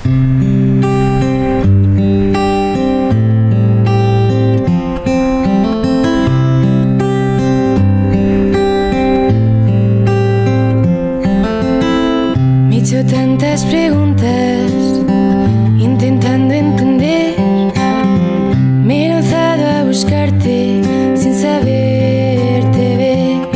Me he hecho tantas preguntas, intentando entender. Me he lanzado a buscarte sin saberte ver.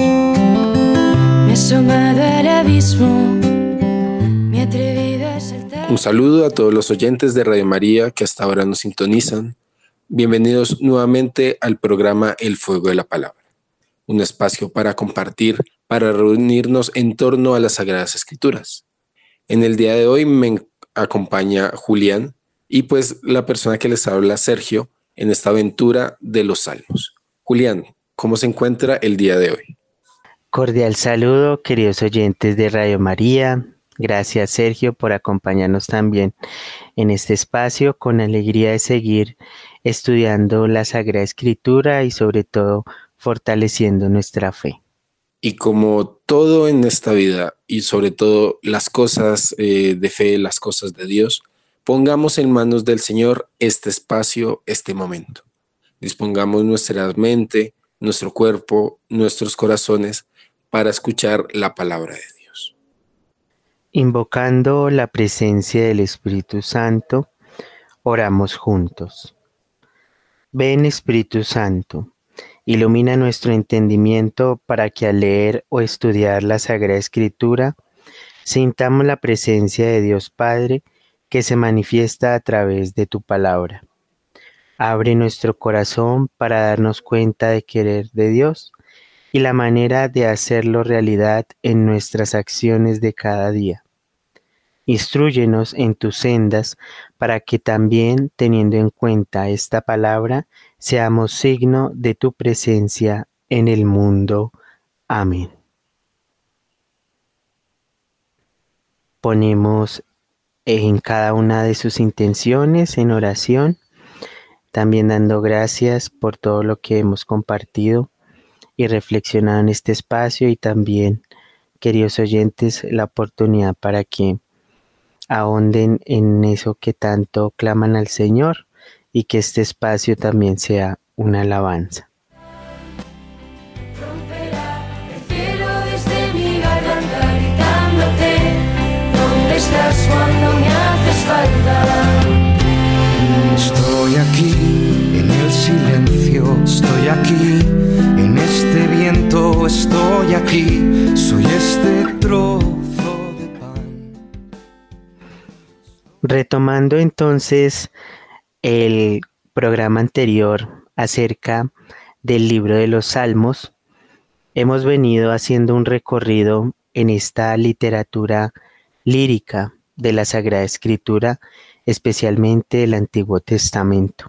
Me he asomado al abismo, me he atrevido a saltar. Un saludo a todos los oyentes de Radio María que hasta ahora nos sintonizan. Bienvenidos nuevamente al programa El Fuego de la Palabra, un espacio para compartir, para reunirnos en torno a las Sagradas Escrituras. En el día de hoy me acompaña Julián y pues la persona que les habla, Sergio, en esta aventura de los Salmos. Julián, ¿cómo se encuentra el día de hoy? Cordial saludo, queridos oyentes de Radio María. Gracias, Sergio, por acompañarnos también en este espacio, con alegría de seguir estudiando la Sagrada Escritura y sobre todo fortaleciendo nuestra fe. Y como todo en esta vida y sobre todo las cosas de fe, las cosas de Dios, pongamos en manos del Señor este espacio, este momento. Dispongamos nuestra mente, nuestro cuerpo, nuestros corazones para escuchar la palabra de Dios. Invocando la presencia del Espíritu Santo, oramos juntos. Ven, Espíritu Santo, ilumina nuestro entendimiento para que al leer o estudiar la Sagrada Escritura sintamos la presencia de Dios Padre que se manifiesta a través de tu palabra. Abre nuestro corazón para darnos cuenta de querer de Dios y la manera de hacerlo realidad en nuestras acciones de cada día. Instrúyenos en tus sendas para que también, teniendo en cuenta esta palabra, seamos signo de tu presencia en el mundo. Amén. Ponemos en cada una de sus intenciones en oración, también dando gracias por todo lo que hemos compartido y reflexionado en este espacio, y también, queridos oyentes, la oportunidad para que ahonden en eso que tanto claman al Señor y que este espacio también sea una alabanza. Romperá el cielo desde mi garganta gritándote, ¿dónde estás cuando me haces falta? Estoy aquí en el silencio, estoy aquí en este viento, estoy aquí, soy este trozo de pan. Retomando entonces el programa anterior acerca del libro de los Salmos, hemos venido haciendo un recorrido en esta literatura lírica de la Sagrada Escritura, especialmente el Antiguo Testamento.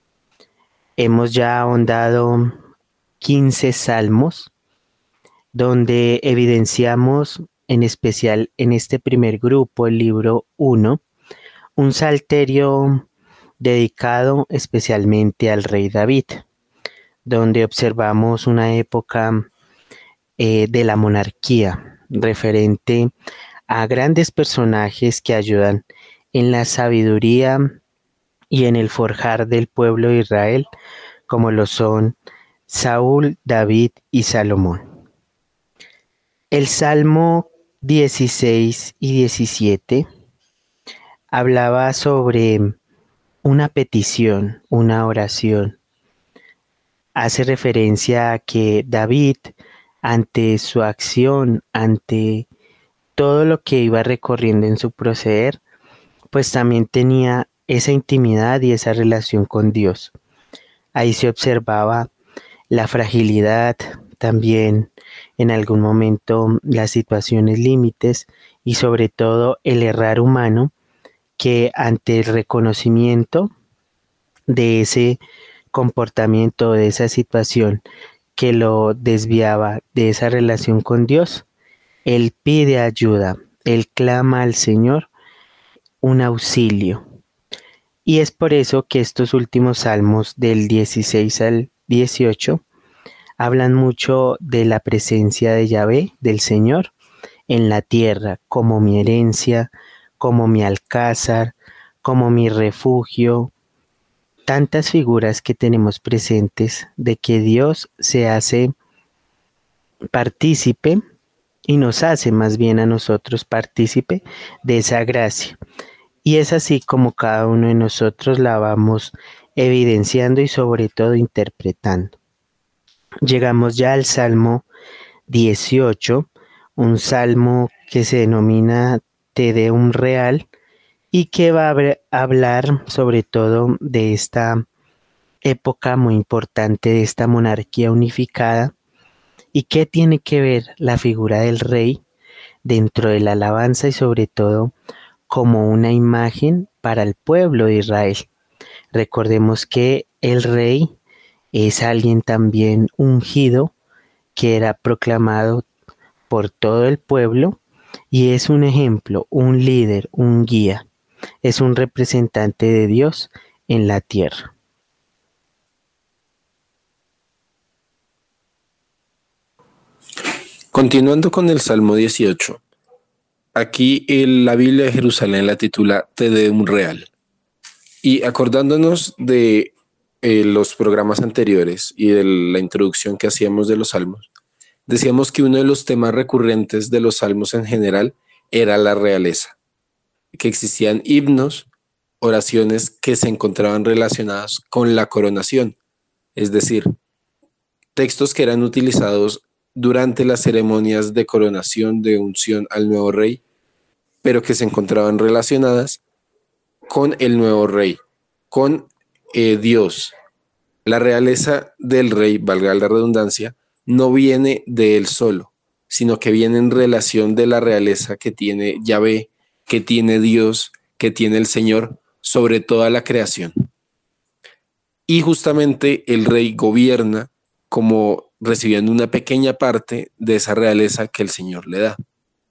Hemos ya ahondado 15 salmos, donde evidenciamos en especial en este primer grupo, el libro 1, un salterio dedicado especialmente al rey David, donde observamos una época de la monarquía, referente a grandes personajes que ayudan en la sabiduría y en el forjar del pueblo de Israel, como lo son Saúl, David y Salomón. El Salmo 16 y 17 hablaba sobre una petición, una oración. Hace referencia a que David, ante su acción, ante todo lo que iba recorriendo en su proceder, pues también tenía esa intimidad y esa relación con Dios. Ahí se observaba la fragilidad, también en algún momento las situaciones límites y sobre todo el errar humano, que ante el reconocimiento de ese comportamiento, de esa situación que lo desviaba de esa relación con Dios, él pide ayuda, él clama al Señor un auxilio. Y es por eso que estos últimos salmos del 16 al 18 hablan mucho de la presencia de Yahvé, del Señor, en la tierra, como mi herencia, como mi alcázar, como mi refugio, tantas figuras que tenemos presentes de que Dios se hace partícipe y nos hace más bien a nosotros partícipe de esa gracia. Y es así como cada uno de nosotros la vamos evidenciando y sobre todo interpretando. Llegamos ya al Salmo 18, un salmo que se denomina Te Deum Real y que va a hablar sobre todo de esta época muy importante, de esta monarquía unificada, y qué tiene que ver la figura del rey dentro de la alabanza y sobre todo como una imagen para el pueblo de Israel. Recordemos que el rey es alguien también ungido que era proclamado por todo el pueblo y es un ejemplo, un líder, un guía, es un representante de Dios en la tierra. Continuando con el Salmo 18, aquí la Biblia de Jerusalén la titula Te Deum Real. Y acordándonos de los programas anteriores y de la introducción que hacíamos de los salmos, decíamos que uno de los temas recurrentes de los salmos en general era la realeza, que existían himnos, oraciones que se encontraban relacionadas con la coronación, es decir, textos que eran utilizados durante las ceremonias de coronación de unción al nuevo rey, pero que se encontraban relacionadas con el nuevo rey, con Dios. La realeza del rey, valga la redundancia, no viene de él solo, sino que viene en relación de la realeza que tiene Yahvé, que tiene Dios, que tiene el Señor sobre toda la creación. Y justamente el rey gobierna como recibiendo una pequeña parte de esa realeza que el Señor le da.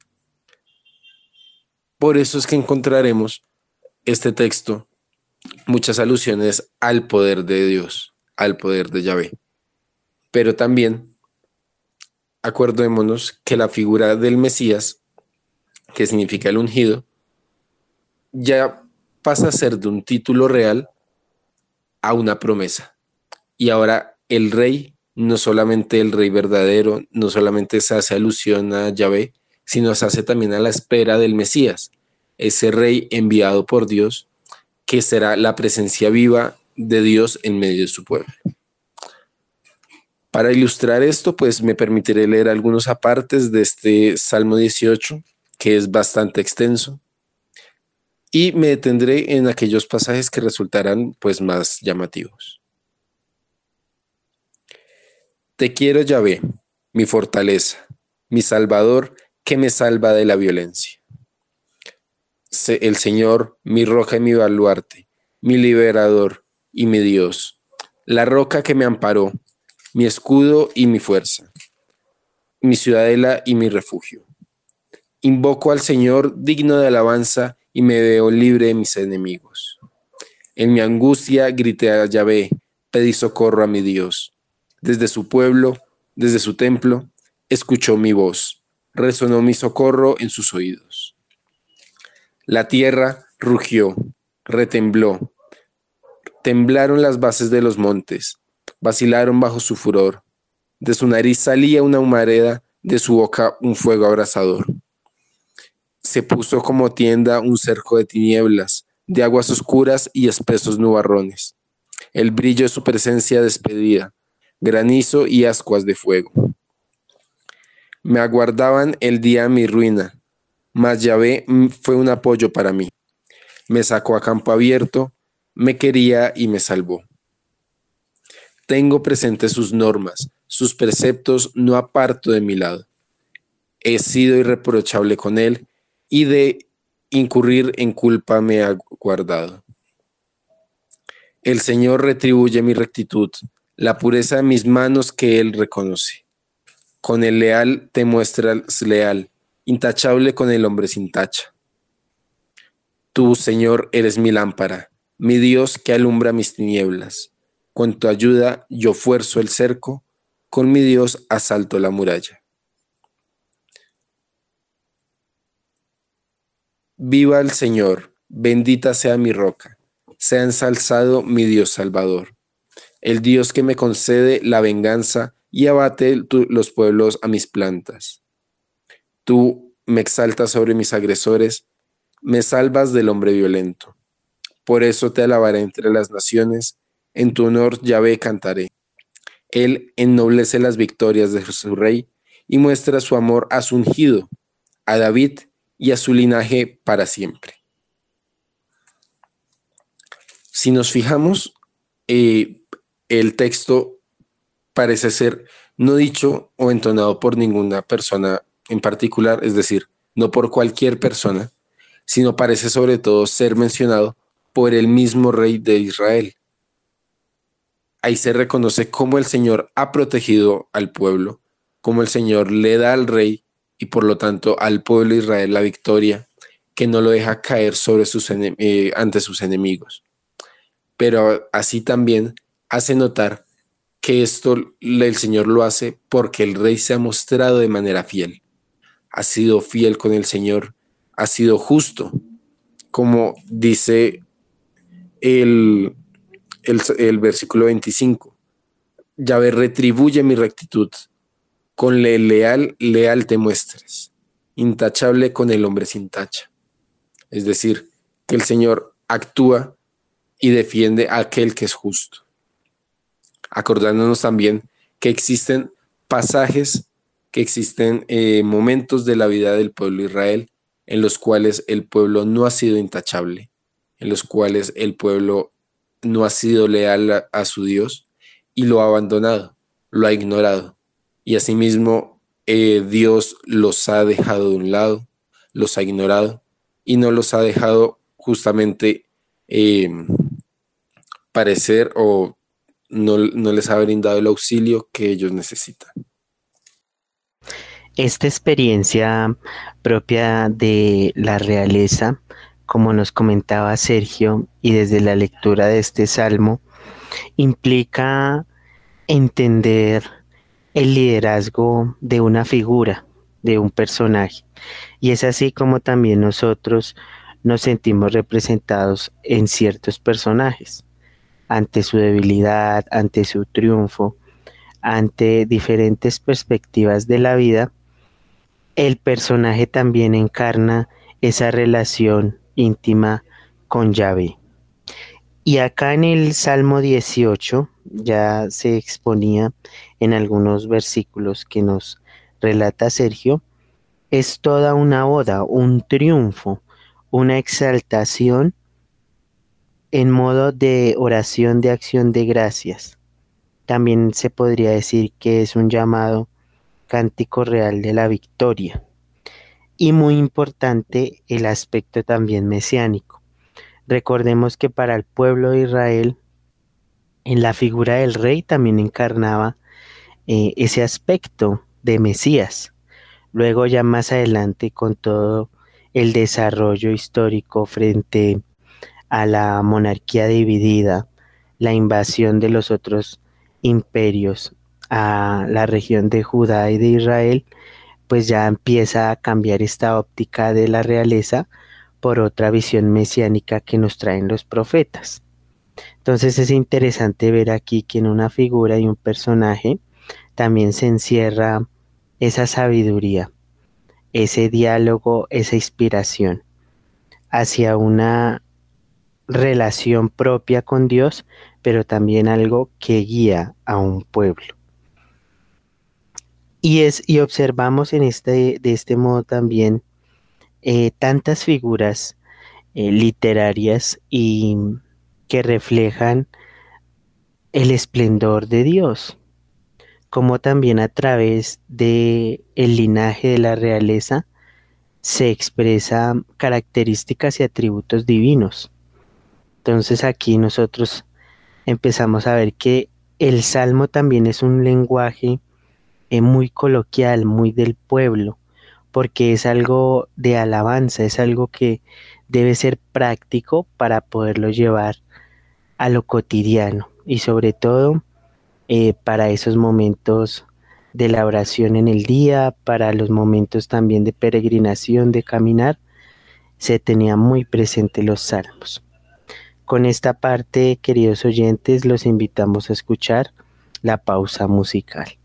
Por eso es que encontraremos este texto muchas alusiones al poder de Dios, al poder de Yahvé. Pero también acordémonos que la figura del Mesías, que significa el ungido, ya pasa a ser de un título real a una promesa. Y ahora el rey, no solamente el rey verdadero, no solamente se hace alusión a Yahvé, sino se hace también a la espera del Mesías, ese rey enviado por Dios, que será la presencia viva de Dios en medio de su pueblo. Para ilustrar esto, pues me permitiré leer algunos apartes de este Salmo 18, que es bastante extenso, y me detendré en aquellos pasajes que resultarán pues más llamativos. Te quiero, Yahvé, mi fortaleza, mi Salvador, que me salva de la violencia. El Señor, mi roca y mi baluarte, mi liberador y mi Dios, la roca que me amparó, mi escudo y mi fuerza, mi ciudadela y mi refugio. Invoco al Señor digno de alabanza y me veo libre de mis enemigos. En mi angustia grité a Yahvé, pedí socorro a mi Dios. Desde su pueblo, desde su templo, escuchó mi voz, resonó mi socorro en sus oídos. La tierra rugió, retembló, temblaron las bases de los montes, vacilaron bajo su furor. De su nariz salía una humareda, de su boca un fuego abrasador. Se puso como tienda un cerco de tinieblas, de aguas oscuras y espesos nubarrones. El brillo de su presencia despedida, granizo y ascuas de fuego. Me aguardaban el día de mi ruina, mas Yahvé fue un apoyo para mí. Me sacó a campo abierto, me quería y me salvó. Tengo presentes sus normas, sus preceptos no aparto de mi lado. He sido irreprochable con él y de incurrir en culpa me ha guardado. El Señor retribuye mi rectitud, la pureza de mis manos que él reconoce. Con el leal te muestras leal, intachable con el hombre sin tacha. Tú, Señor, eres mi lámpara, mi Dios que alumbra mis tinieblas. Con tu ayuda yo fuerzo el cerco, con mi Dios asalto la muralla. Viva el Señor, bendita sea mi roca, sea ensalzado mi Dios Salvador, el Dios que me concede la venganza y abate los pueblos a mis plantas. Tú me exaltas sobre mis agresores, me salvas del hombre violento. Por eso te alabaré entre las naciones, en tu honor Yahvé cantaré. Él ennoblece las victorias de su rey y muestra su amor a su ungido, a David y a su linaje para siempre. Si nos fijamos, el texto parece ser no dicho o entonado por ninguna persona en particular, es decir, no por cualquier persona, sino parece sobre todo ser mencionado por el mismo rey de Israel. Ahí se reconoce cómo el Señor ha protegido al pueblo, cómo el Señor le da al rey y por lo tanto al pueblo de Israel la victoria, que no lo deja caer sobre ante sus enemigos. Pero así también hace notar que esto el Señor lo hace porque el rey se ha mostrado de manera fiel. Ha sido fiel con el Señor, ha sido justo, como dice el versículo 25. Yahvé retribuye mi rectitud, con el leal te muestres, intachable con el hombre sin tacha. Es decir, que el Señor actúa y defiende a aquel que es justo. Acordándonos también que existen pasajes, que existen momentos de la vida del pueblo de Israel en los cuales el pueblo no ha sido intachable, en los cuales el pueblo no ha sido leal a su Dios y lo ha abandonado, lo ha ignorado. Y asimismo Dios los ha dejado de un lado, los ha ignorado y no los ha dejado justamente parecer o no les ha brindado el auxilio que ellos necesitan. Esta experiencia propia de la realeza, como nos comentaba Sergio, y desde la lectura de este salmo, implica entender el liderazgo de una figura, de un personaje. Y es así como también nosotros nos sentimos representados en ciertos personajes, ante su debilidad, ante su triunfo, ante diferentes perspectivas de la vida. El personaje también encarna esa relación íntima con Yahvé. Y acá en el Salmo 18 ya se exponía en algunos versículos que nos relata Sergio, es toda una oda, un triunfo, una exaltación en modo de oración de acción de gracias. También se podría decir que es un llamado cántico real de la victoria. Y muy importante el aspecto también mesiánico. Recordemos que para el pueblo de Israel, en la figura del rey también encarnaba ese aspecto de Mesías. Luego ya más adelante con todo el desarrollo histórico frente a la monarquía dividida, la invasión de los otros imperios a la región de Judá y de Israel, pues ya empieza a cambiar esta óptica de la realeza por otra visión mesiánica que nos traen los profetas. Entonces es interesante ver aquí que en una figura y un personaje también se encierra esa sabiduría, ese diálogo, esa inspiración hacia una relación propia con Dios, pero también algo que guía a un pueblo. Y observamos de este modo también tantas figuras literarias y que reflejan el esplendor de Dios, como también a través de el linaje de la realeza se expresan características y atributos divinos. Entonces aquí nosotros empezamos a ver que el salmo también es un lenguaje muy coloquial, muy del pueblo, porque es algo de alabanza, es algo que debe ser práctico para poderlo llevar a lo cotidiano y sobre todo para esos momentos de la oración en el día, para los momentos también de peregrinación, de caminar, se tenía muy presente los salmos. Con esta parte, queridos oyentes, los invitamos a escuchar la pausa musical.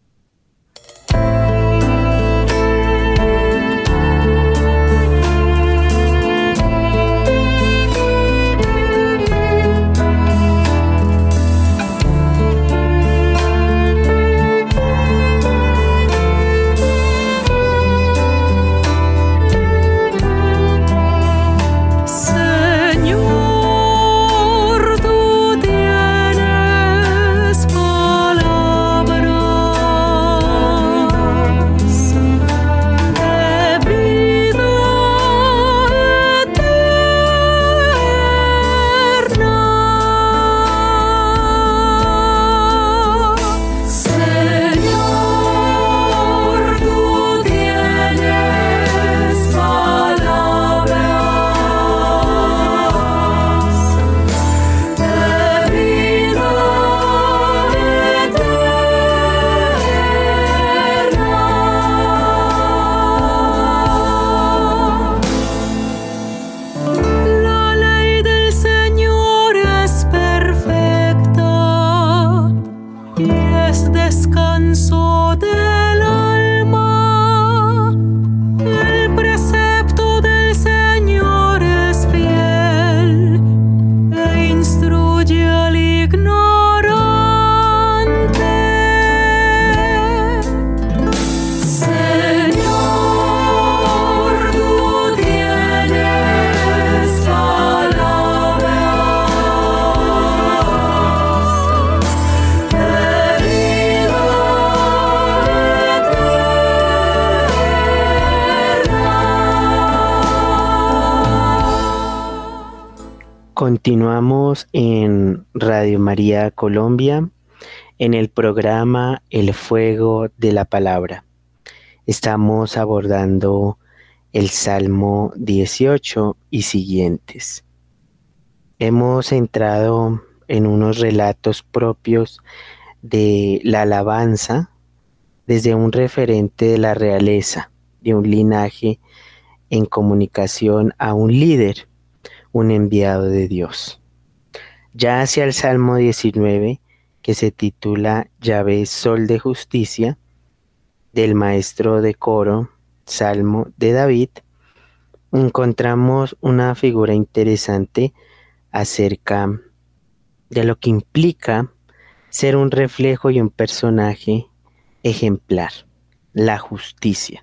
Continuamos en Radio María Colombia, en el programa El Fuego de la Palabra. Estamos abordando el Salmo 18 y siguientes. Hemos entrado en unos relatos propios de la alabanza desde un referente de la realeza, de un linaje en comunicación a un líder, un enviado de Dios. Ya hacia el Salmo 19, que se titula Yahvé Sol de Justicia, del maestro de coro, Salmo de David, encontramos una figura interesante acerca de lo que implica ser un reflejo y un personaje ejemplar, la justicia.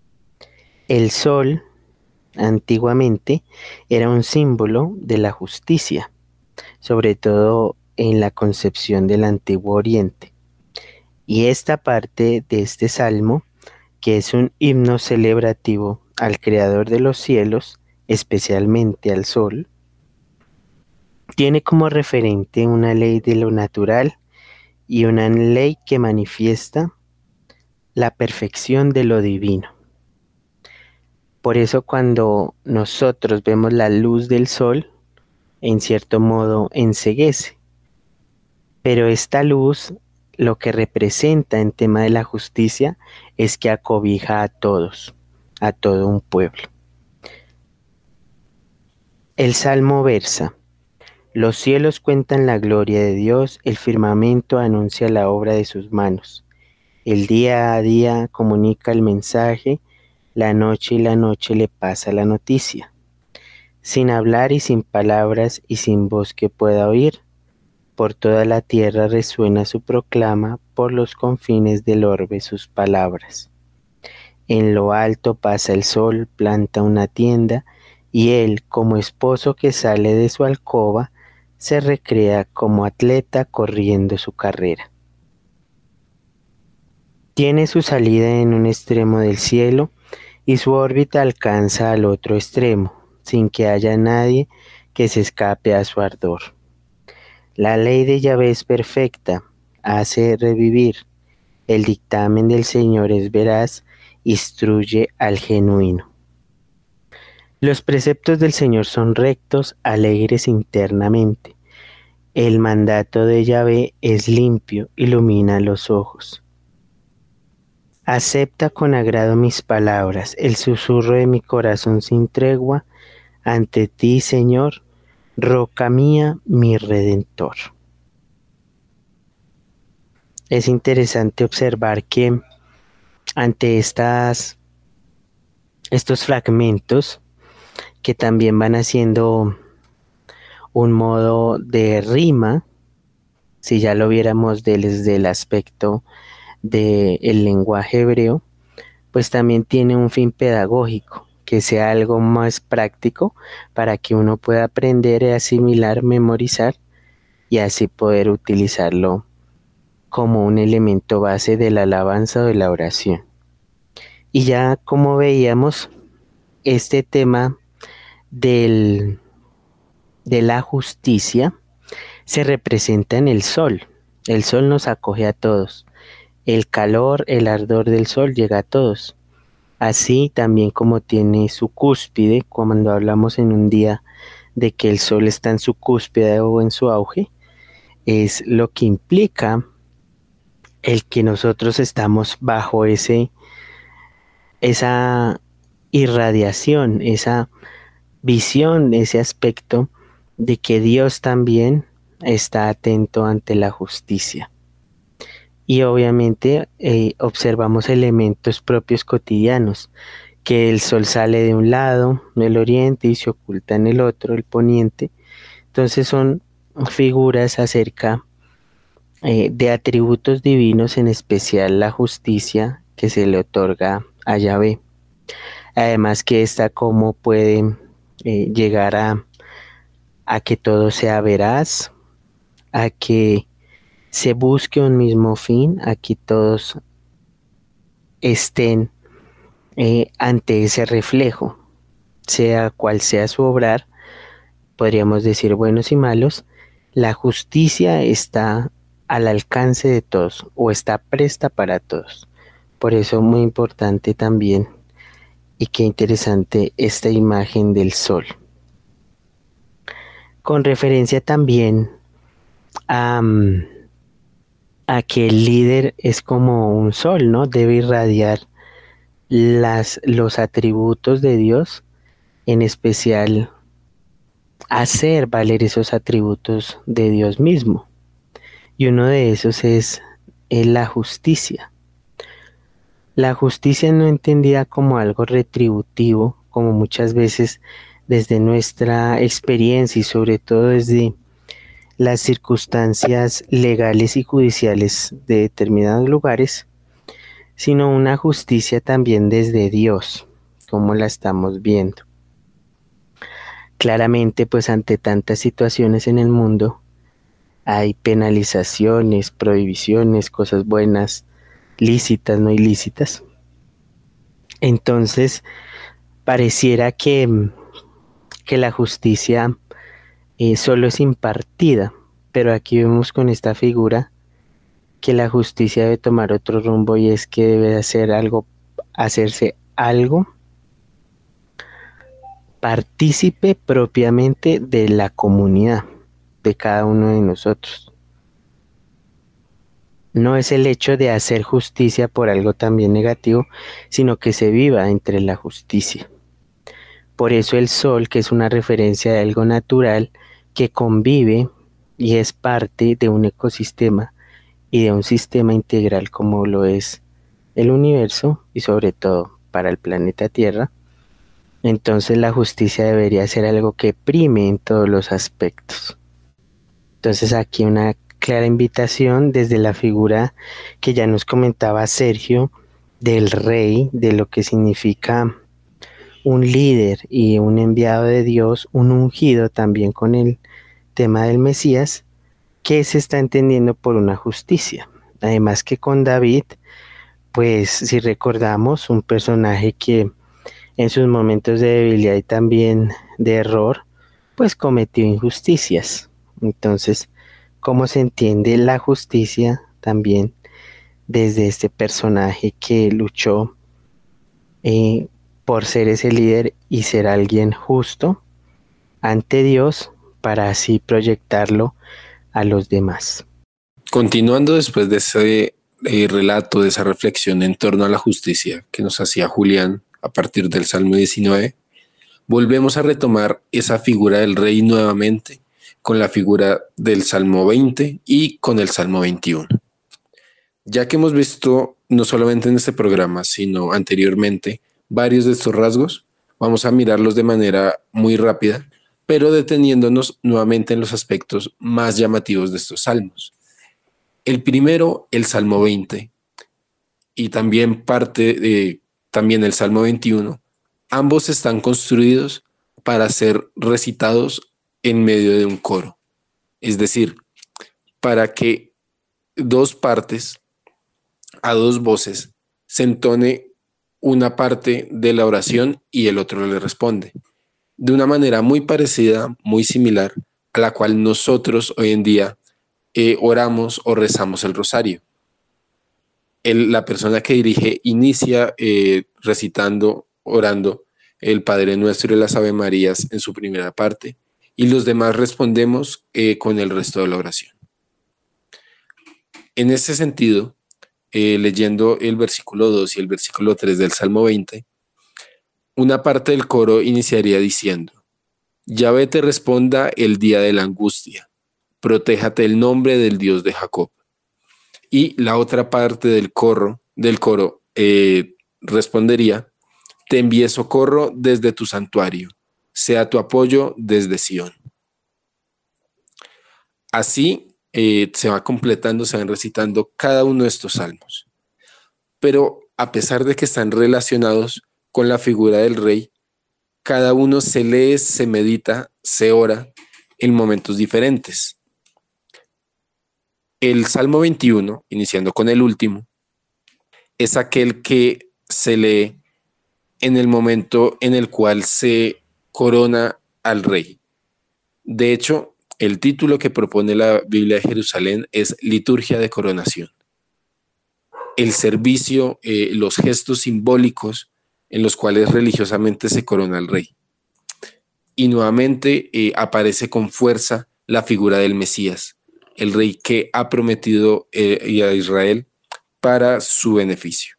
El sol, antiguamente, era un símbolo de la justicia, sobre todo en la concepción del Antiguo Oriente. Y esta parte de este salmo, que es un himno celebrativo al Creador de los cielos, especialmente al sol, tiene como referente una ley de lo natural y una ley que manifiesta la perfección de lo divino. Por eso cuando nosotros vemos la luz del sol, en cierto modo enceguece. Pero esta luz lo que representa en tema de la justicia es que acobija a todos, a todo un pueblo. El Salmo versa: los cielos cuentan la gloria de Dios, el firmamento anuncia la obra de sus manos. El día a día comunica el mensaje, la noche y la noche le pasa la noticia. Sin hablar y sin palabras y sin voz que pueda oír, por toda la tierra resuena su proclama, por los confines del orbe sus palabras. En lo alto pasa el sol, planta una tienda, y él, como esposo que sale de su alcoba, se recrea como atleta corriendo su carrera. Tiene su salida en un extremo del cielo, y su órbita alcanza al otro extremo, sin que haya nadie que se escape a su ardor. La ley de Yahvé es perfecta, hace revivir. El dictamen del Señor es veraz, instruye al genuino. Los preceptos del Señor son rectos, alegres internamente. El mandato de Yahvé es limpio, ilumina los ojos. Acepta con agrado mis palabras, el susurro de mi corazón sin tregua, ante ti, Señor, roca mía, mi redentor. Es interesante observar que ante estos fragmentos que también van haciendo un modo de rima, si ya lo viéramos desde el aspecto del lenguaje hebreo, pues también tiene un fin pedagógico, que sea algo más práctico para que uno pueda aprender, asimilar, memorizar y así poder utilizarlo como un elemento base de la alabanza o de la oración. Y ya como veíamos, este tema de la justicia se representa en el sol. El sol nos acoge a todos. El calor, el ardor del sol llega a todos. Así también como tiene su cúspide, cuando hablamos en un día de que el sol está en su cúspide o en su auge, es lo que implica el que nosotros estamos bajo esa irradiación, esa visión, ese aspecto de que Dios también está atento ante la justicia. Y obviamente observamos elementos propios cotidianos, que el sol sale de un lado, del oriente, y se oculta en el otro, el poniente. Entonces son figuras acerca de atributos divinos, en especial la justicia que se le otorga a Yahvé. Además que esta cómo puede llegar a que todo sea veraz, a que se busque un mismo fin, a que todos estén ante ese reflejo, sea cual sea su obrar, podríamos decir buenos y malos, la justicia está al alcance de todos o está presta para todos. Por eso muy importante también y qué interesante esta imagen del sol. Con referencia también a que el líder es como un sol, ¿no? Debe irradiar los atributos de Dios, en especial hacer valer esos atributos de Dios mismo. Y uno de esos es la justicia. La justicia no entendida como algo retributivo, como muchas veces desde nuestra experiencia y sobre todo desde las circunstancias legales y judiciales de determinados lugares, sino una justicia también desde Dios, como la estamos viendo. Claramente, pues ante tantas situaciones en el mundo, hay penalizaciones, prohibiciones, cosas buenas, lícitas, no ilícitas. Entonces, pareciera que la justicia solo es impartida, pero aquí vemos con esta figura que la justicia debe tomar otro rumbo, y es que debe hacerse algo partícipe propiamente de la comunidad, de cada uno de nosotros. No es el hecho de hacer justicia por algo también negativo, sino que se viva entre la justicia. Por eso el sol, que es una referencia de algo natural, que convive y es parte de un ecosistema y de un sistema integral como lo es el universo y sobre todo para el planeta Tierra, entonces la justicia debería ser algo que prime en todos los aspectos. Entonces aquí una clara invitación desde la figura que ya nos comentaba Sergio del rey, de lo que significa un líder y un enviado de Dios, un ungido también con el tema del Mesías, que se está entendiendo por una justicia. Además que con David, pues si recordamos, un personaje que en sus momentos de debilidad y también de error, pues cometió injusticias. Entonces, ¿cómo se entiende la justicia también desde este personaje que luchó por ser ese líder y ser alguien justo ante Dios para así proyectarlo a los demás? Continuando después de ese relato, de esa reflexión en torno a la justicia que nos hacía Julián a partir del Salmo 19, Volvemos a retomar esa figura del rey nuevamente con la figura del Salmo 20 y con el Salmo 21. Ya que hemos visto no solamente en este programa, sino anteriormente, varios de estos rasgos, vamos a mirarlos de manera muy rápida, pero deteniéndonos nuevamente en los aspectos más llamativos de estos salmos. El primero, el Salmo 20, y también también el Salmo 21, ambos están construidos para ser recitados en medio de un coro. Es decir, para que dos partes a dos voces se entone una parte de la oración y el otro le responde. De una manera muy parecida, muy similar a la cual nosotros hoy en día oramos o rezamos el rosario. La persona que dirige inicia recitando, orando el Padre Nuestro y las Ave Marías en su primera parte y los demás respondemos con el resto de la oración. En ese sentido, leyendo el versículo 2 y el versículo 3 del Salmo 20, una parte del coro iniciaría diciendo: Yahvé te responda el día de la angustia, protéjate el nombre del Dios de Jacob. Y la otra parte del coro respondería: te envíe socorro desde tu santuario, sea tu apoyo desde Sión. Así se va completando, se van recitando cada uno de estos salmos. Pero a pesar de que están relacionados con la figura del rey, cada uno se lee, se medita, se ora en momentos diferentes. El Salmo 21, iniciando con el último, es aquel que se lee en el momento en el cual se corona al rey. De hecho, el título que propone la Biblia de Jerusalén es Liturgia de Coronación. El servicio, los gestos simbólicos en los cuales religiosamente se corona al rey. Y nuevamente aparece con fuerza la figura del Mesías, el rey que ha prometido a Israel para su beneficio.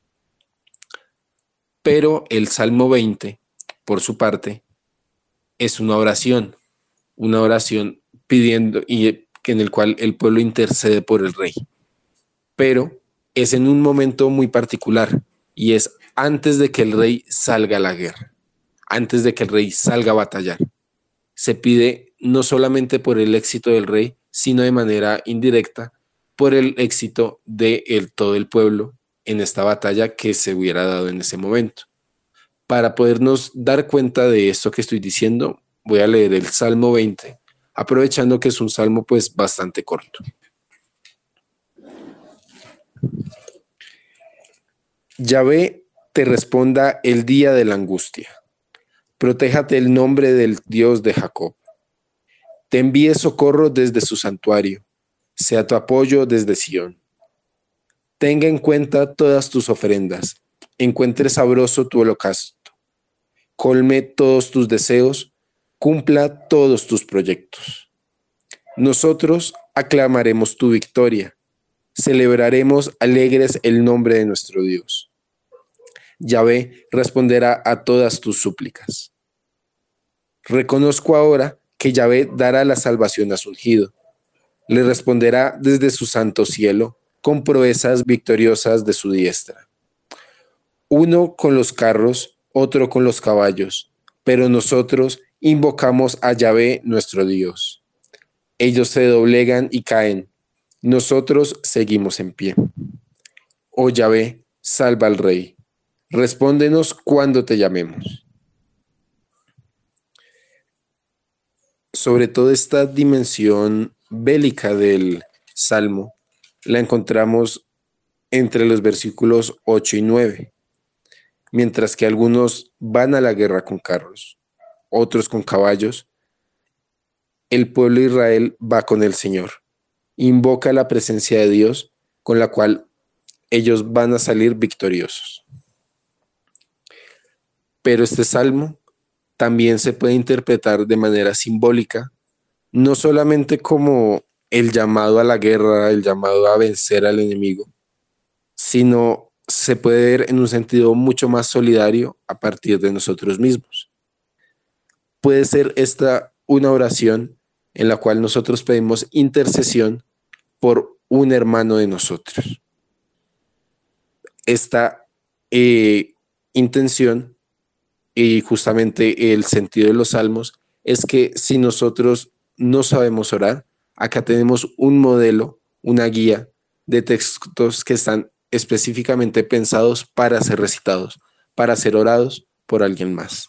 Pero el Salmo 20, por su parte, es una oración pidiendo y en el cual el pueblo intercede por el rey. Pero es en un momento muy particular y es antes de que el rey salga a la guerra, antes de que el rey salga a batallar. Se pide no solamente por el éxito del rey, sino de manera indirecta por el éxito de todo el pueblo en esta batalla que se hubiera dado en ese momento. Para podernos dar cuenta de esto que estoy diciendo, voy a leer el Salmo 20, aprovechando que es un salmo pues bastante corto. Yahvé te responda el día de la angustia. Protéjate el nombre del Dios de Jacob. Te envíe socorro desde su santuario. Sea tu apoyo desde Sión. Tenga en cuenta todas tus ofrendas. Encuentre sabroso tu holocausto. Colme todos tus deseos. Cumpla todos tus proyectos. Nosotros aclamaremos tu victoria. Celebraremos alegres el nombre de nuestro Dios. Yahvé responderá a todas tus súplicas. Reconozco ahora que Yahvé dará la salvación a su ungido. Le responderá desde su santo cielo con proezas victoriosas de su diestra. Uno con los carros, otro con los caballos, pero nosotros invocamos a Yahvé nuestro Dios. Ellos se doblegan y caen, nosotros seguimos en pie. Oh Yahvé, salva al rey. Respóndenos cuando te llamemos. Sobre toda esta dimensión bélica del Salmo, la encontramos entre los versículos 8 y 9. Mientras que algunos van a la guerra con carros, otros con caballos, el pueblo de Israel va con el Señor. Invoca la presencia de Dios, con la cual ellos van a salir victoriosos. Pero este salmo también se puede interpretar de manera simbólica, no solamente como el llamado a la guerra, el llamado a vencer al enemigo, sino se puede ver en un sentido mucho más solidario a partir de nosotros mismos. puede ser esta una oración en la cual nosotros pedimos intercesión por un hermano de nosotros. Esta intención y justamente el sentido de los salmos es que si nosotros no sabemos orar, acá tenemos un modelo, una guía de textos que están específicamente pensados para ser recitados, para ser orados por alguien más.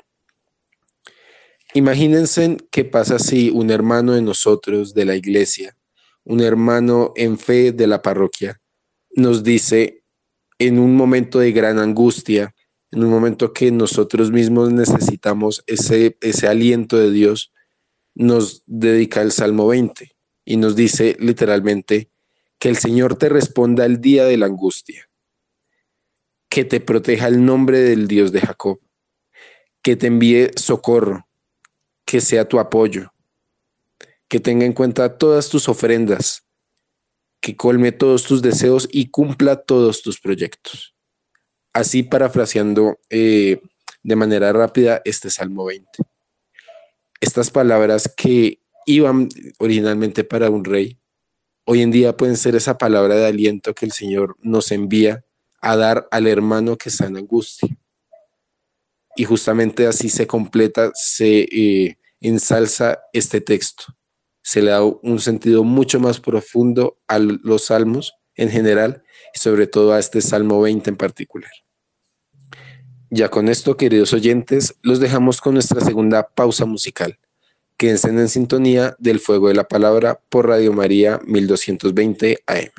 Imagínense qué pasa si un hermano de nosotros de la iglesia, un hermano en fe de la parroquia, nos dice en un momento de gran angustia, en un momento que nosotros mismos necesitamos ese aliento de Dios, nos dedica el Salmo 20 y nos dice literalmente que el Señor te responda el día de la angustia, que te proteja el nombre del Dios de Jacob, que te envíe socorro, que sea tu apoyo, que tenga en cuenta todas tus ofrendas, que colme todos tus deseos y cumpla todos tus proyectos. Así parafraseando de manera rápida este Salmo 20. Estas palabras que iban originalmente para un rey, hoy en día pueden ser esa palabra de aliento que el Señor nos envía a dar al hermano que está en angustia. Y justamente así se completa, se ensalza este texto. Se le da un sentido mucho más profundo a los salmos en general y sobre todo a este Salmo 20 en particular. Ya con esto, queridos oyentes, los dejamos con nuestra segunda pausa musical. Quédense en sintonía del Fuego de la Palabra por Radio María 1220 AM.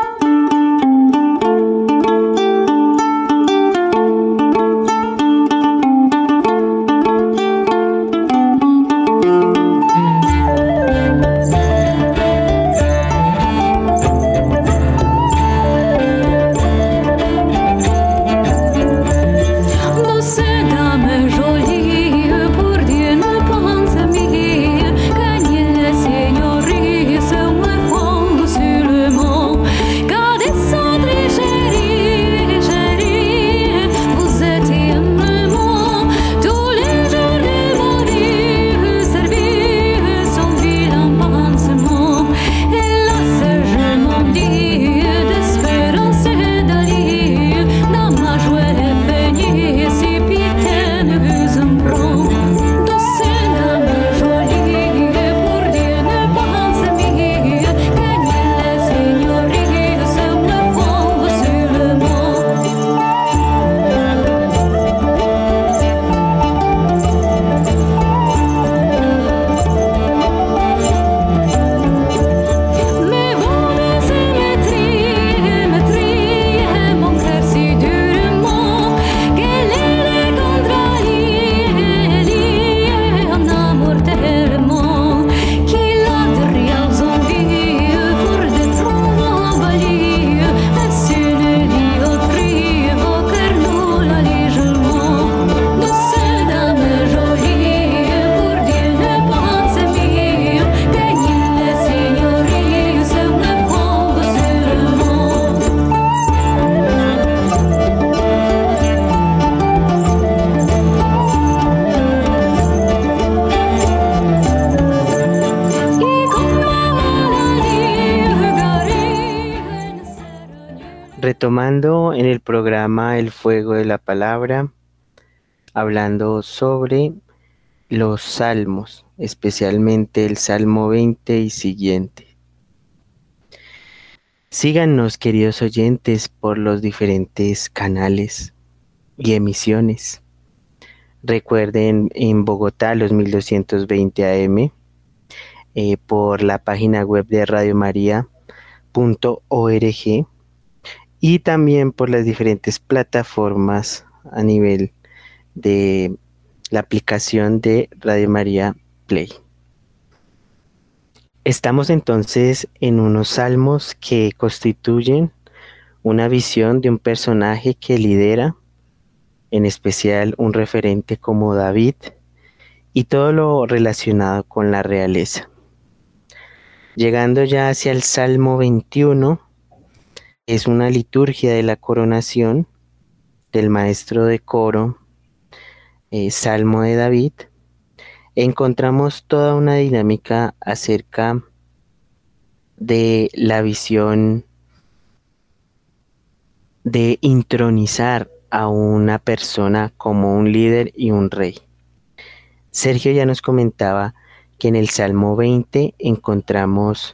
Retomando en el programa El Fuego de la Palabra, hablando sobre los salmos, especialmente el Salmo 20 y siguiente. Síganos, queridos oyentes, por los diferentes canales y emisiones. Recuerden en Bogotá los 1220 AM, por la página web de radiomaria.org y también por las diferentes plataformas a nivel de la aplicación de Radio María Play. Estamos entonces en unos salmos que constituyen una visión de un personaje que lidera, en especial un referente como David, y todo lo relacionado con la realeza. Llegando ya hacia el Salmo 21, es una liturgia de la coronación del maestro de coro, Salmo de David, encontramos toda una dinámica acerca de la visión de intronizar a una persona como un líder y un rey. Sergio ya nos comentaba que en el Salmo 20 encontramos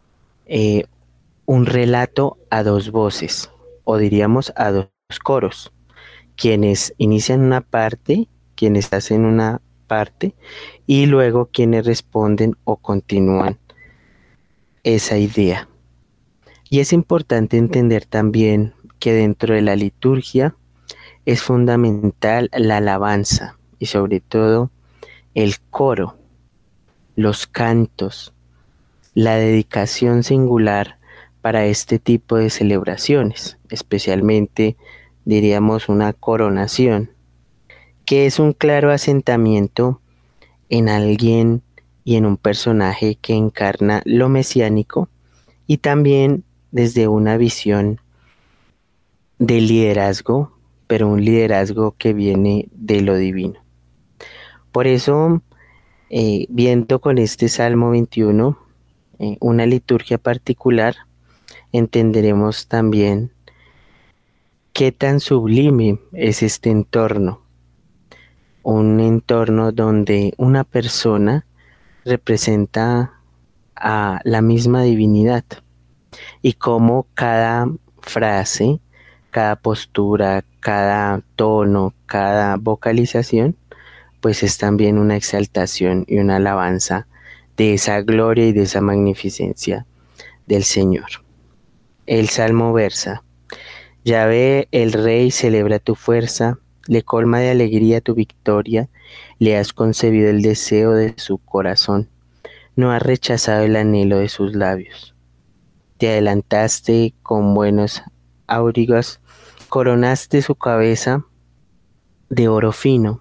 un relato a dos voces, o diríamos a dos coros, quienes inician una parte, quienes hacen una parte, y luego quienes responden o continúan esa idea. Y es importante entender también que dentro de la liturgia es fundamental la alabanza y sobre todo el coro, los cantos, la dedicación singular para este tipo de celebraciones, especialmente diríamos una coronación, que es un claro asentamiento en alguien y en un personaje que encarna lo mesiánico y también desde una visión de liderazgo, pero un liderazgo que viene de lo divino. Por eso, viendo con este Salmo 21, una liturgia particular, entenderemos también qué tan sublime es este entorno, un entorno donde una persona representa a la misma divinidad y cómo cada frase, cada postura, cada tono, cada vocalización, pues es también una exaltación y una alabanza de esa gloria y de esa magnificencia del Señor. El Salmo versa: Yahvé, el Rey, celebra tu fuerza, le colma de alegría tu victoria, le has concebido el deseo de su corazón, no has rechazado el anhelo de sus labios. Te adelantaste con buenos aurigos, coronaste su cabeza de oro fino,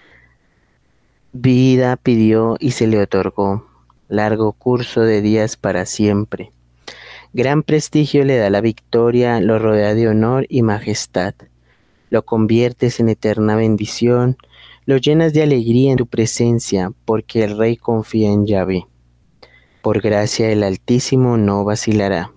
vida pidió y se le otorgó, largo curso de días para siempre. Gran prestigio le da la victoria, lo rodea de honor y majestad. Lo conviertes en eterna bendición, lo llenas de alegría en tu presencia, porque el Rey confía en Yahvé. Por gracia del Altísimo no vacilará.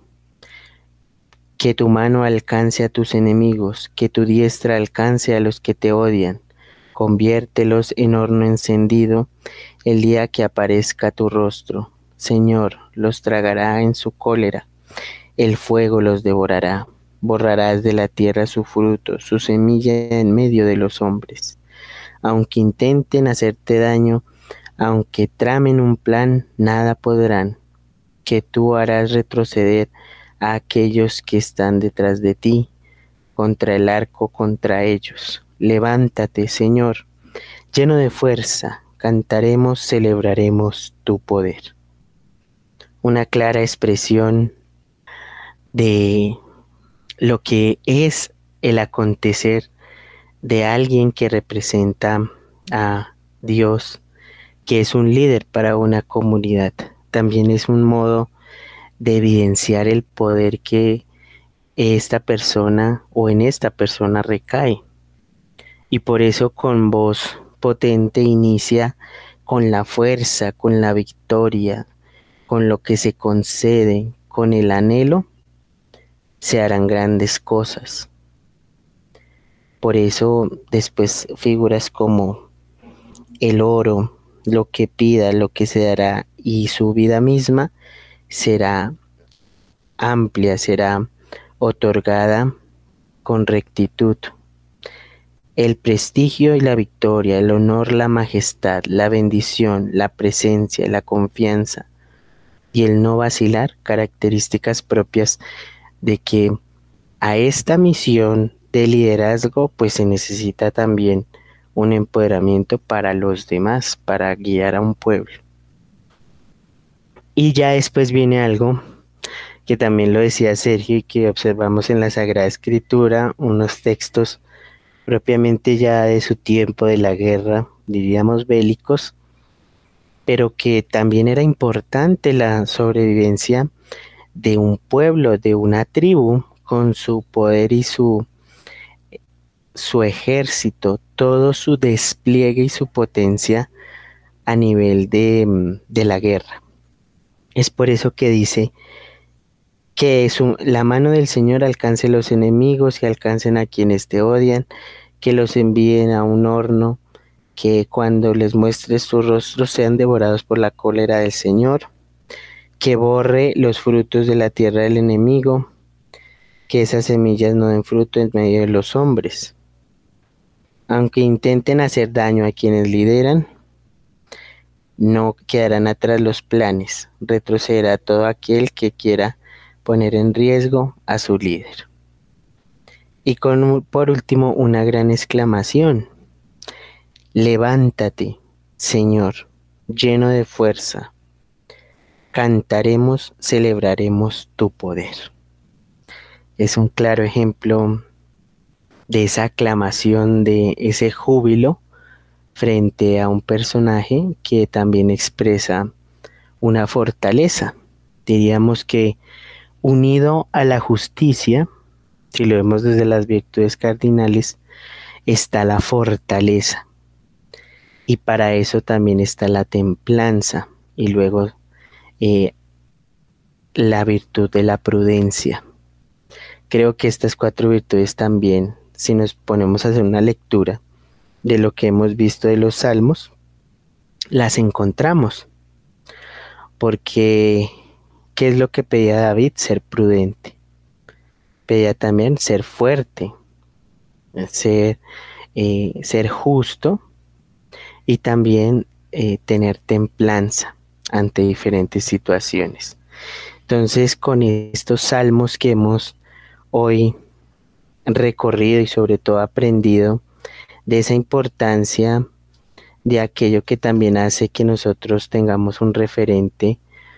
Que tu mano alcance a tus enemigos, que tu diestra alcance a los que te odian. Conviértelos en horno encendido el día que aparezca tu rostro. Señor, los tragará en su cólera. El fuego los devorará, borrarás de la tierra su fruto, su semilla en medio de los hombres. Aunque intenten hacerte daño, aunque tramen un plan, nada podrán, que tú harás retroceder a aquellos que están detrás de ti, contra el arco, contra ellos. Levántate, Señor, lleno de fuerza, cantaremos, celebraremos tu poder. Una clara expresión de lo que es el acontecer de alguien que representa a Dios, que es un líder para una comunidad. También es un modo de evidenciar el poder que esta persona o en esta persona recae. Y por eso con voz potente inicia con la fuerza, con la victoria, con lo que se concede, con el anhelo, se harán grandes cosas. Por eso después figuras como el oro, lo que pida, lo que se dará, y su vida misma será amplia, será otorgada con rectitud. El prestigio y la victoria, el honor, la majestad, la bendición, la presencia, la confianza y el no vacilar, características propias de que a esta misión de liderazgo pues se necesita también un empoderamiento para los demás, para guiar a un pueblo. Y ya después viene algo que también lo decía Sergio y que observamos en la Sagrada Escritura, unos textos propiamente ya de su tiempo de la guerra, diríamos bélicos, pero que también era importante la sobrevivencia de un pueblo, de una tribu, con su poder y su ejército, todo su despliegue y su potencia a nivel de la guerra. Es por eso que dice que la mano del Señor alcance a los enemigos y alcancen a quienes te odian, que los envíen a un horno, que cuando les muestres tu rostro sean devorados por la cólera del Señor, que borre los frutos de la tierra del enemigo, que esas semillas no den fruto en medio de los hombres. Aunque intenten hacer daño a quienes lideran, no quedarán atrás los planes, retrocederá todo aquel que quiera poner en riesgo a su líder. Y por último, una gran exclamación: levántate, Señor, lleno de fuerza, cantaremos, celebraremos tu poder. Es un claro ejemplo de esa aclamación, de ese júbilo frente a un personaje que también expresa una fortaleza. Diríamos que unido a la justicia, si lo vemos desde las virtudes cardinales, está la fortaleza. Y para eso también está la templanza y luego la virtud de la prudencia. Creo que estas 4 virtudes también, si nos ponemos a hacer una lectura de lo que hemos visto de los salmos, las encontramos. Porque, ¿qué es lo que pedía David? Ser prudente. Pedía también ser fuerte, ser justo y también tener templanza ante diferentes situaciones. Entonces, con estos salmos que hemos hoy recorrido y sobre todo aprendido de esa importancia de aquello que también hace que nosotros tengamos un referente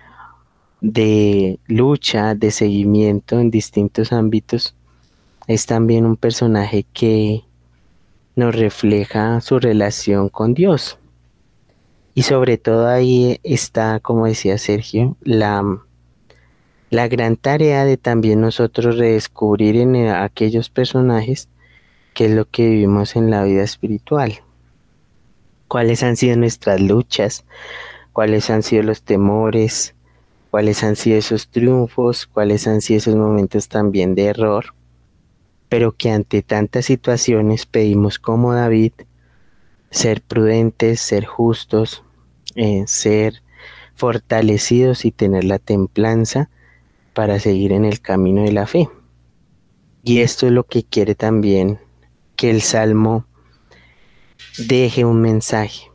de lucha, de seguimiento en distintos ámbitos, es también un personaje que nos refleja su relación con Dios. Y sobre todo ahí está, como decía Sergio, la gran tarea de también nosotros redescubrir en aquellos personajes qué es lo que vivimos en la vida espiritual. Cuáles han sido nuestras luchas, cuáles han sido los temores, cuáles han sido esos triunfos, cuáles han sido esos momentos también de error, pero que ante tantas situaciones pedimos como David ser prudentes, ser justos, ser fortalecidos y tener la templanza para seguir en el camino de la fe. Y esto es lo que quiere también que el Salmo deje un mensaje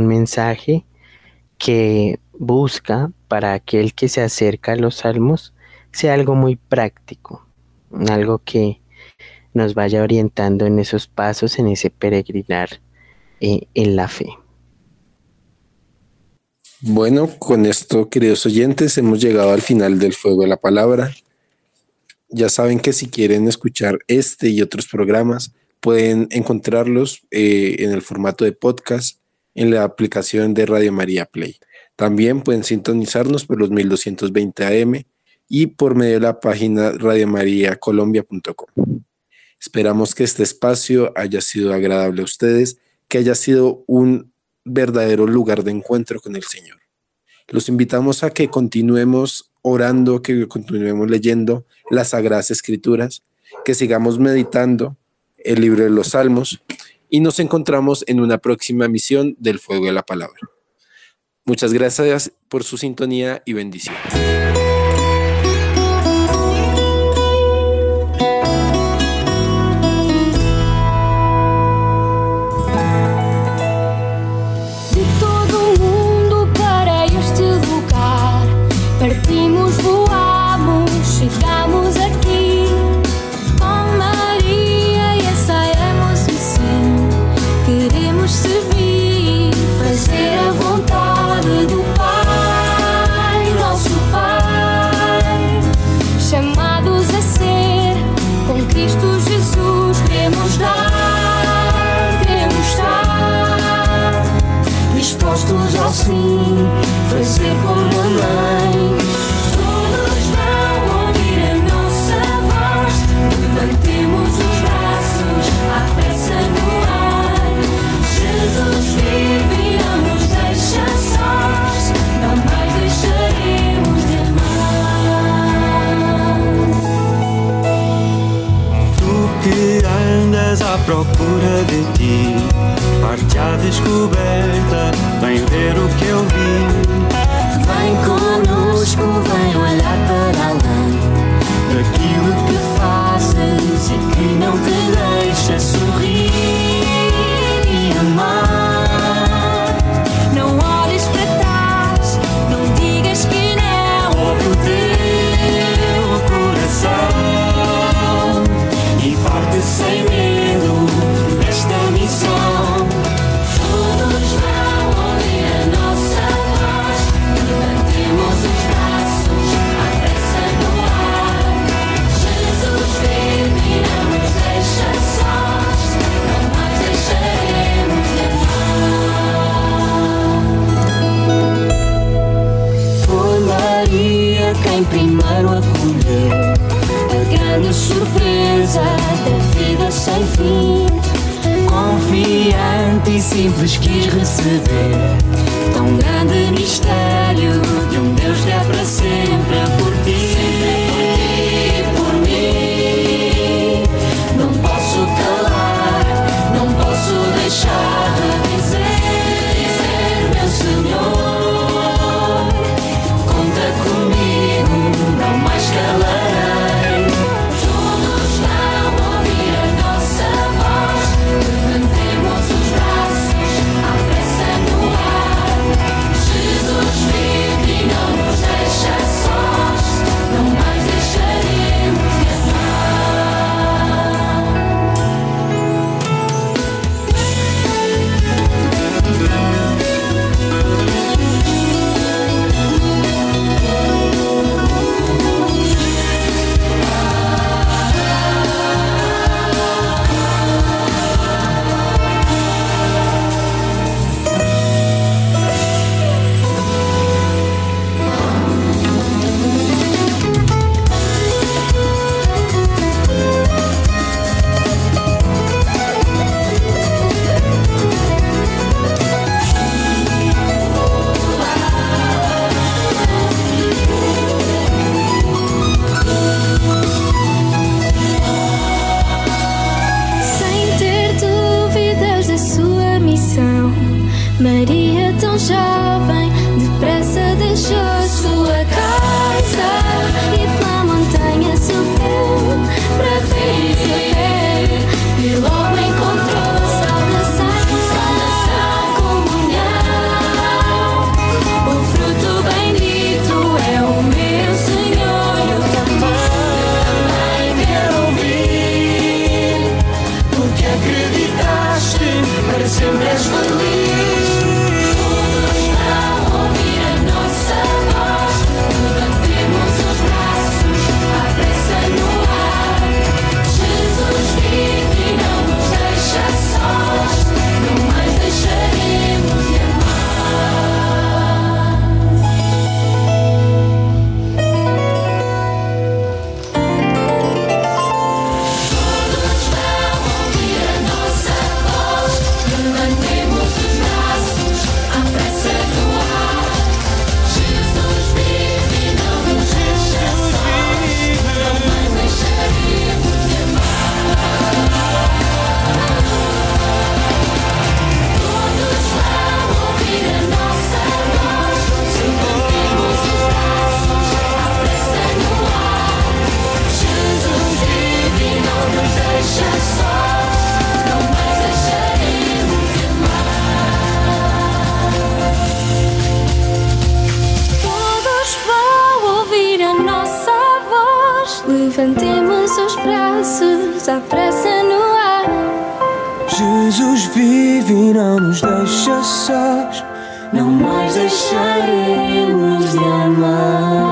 que busca para aquel que se acerca a los salmos sea algo muy práctico, algo que nos vaya orientando en esos pasos, en ese peregrinar en la fe. Bueno, con esto, queridos oyentes, hemos llegado al final del Fuego de la Palabra. Ya saben que si quieren escuchar este y otros programas, pueden encontrarlos en el formato de podcast en la aplicación de Radio María Play. También pueden sintonizarnos por los 1220 AM y por medio de la página radiomariacolombia.com. Esperamos que este espacio haya sido agradable a ustedes, que haya sido un verdadero lugar de encuentro con el Señor. Los invitamos a que continuemos orando, que continuemos leyendo las Sagradas Escrituras, que sigamos meditando el libro de los Salmos y nos encontramos en una próxima emisión del Fuego de la Palabra. Muchas gracias por su sintonía y bendiciones. Partimos, voamos, chegamos aqui com Maria e essa é a missão. Queremos servir, fazer a vontade do Pai, nosso Pai. procura de ti, parte à descoberta, vem ver o que eu vi. Vem conosco, vem olhar para além Daquilo que fazes e que não te deixa sorrir e amar. Não olhes para trás, não digas que não. ouve o teu coração e parte sem medo nesta missão. Todos vão ouvir a nossa voz. Levantemos os braços, à pressa no ar. Jesus vive e não nos deixa sós. Não mais deixaremos de amar. Foi Maria quem primeiro acolheu a grande surpresa da vida sem fim. Confiante e simples quis receber tão grande mistério de Deus que é para sempre por ti. Sempre por mim. Não posso calar, não posso deixar de dizer, meu Senhor, conta comigo, não mais calarei. Todos vão ouvir a nossa voz. Levantemos os braços, à pressa no ar. Jesus vive e não nos deixa sós. Não mais deixaremos de sem ter dúvidas da sua missão, Maria tão jovem, depressa deixou sua casa e pela montanha subiu para ver Isabel e logo encontrou salvação, comunhão. O fruto bendito é o meu Senhor, eu também quero ouvir. Porque acreditaste, para sempre és feliz. Todos vão ouvir a nossa voz. Levantemos os braços, à pressa no ar. Jesus vive e não nos deixa sós. Não mais deixaremos de amar. Todos vão ouvir a nossa voz. Levantemos os braços, à pressa no ar. Jesus vive e não nos deixa sós. Não mais deixaremos de amar. Todos vão ouvir a nossa voz. Levantemos os braços, à pressa no ar. Jesus vive e não nos deixa sós. Não mais deixaremos de amar. Todos vão ouvir a nossa voz. Levantemos os braços, à pressa no ar. Jesus vive e não nos deixa sós. Não mais deixaremos de amar.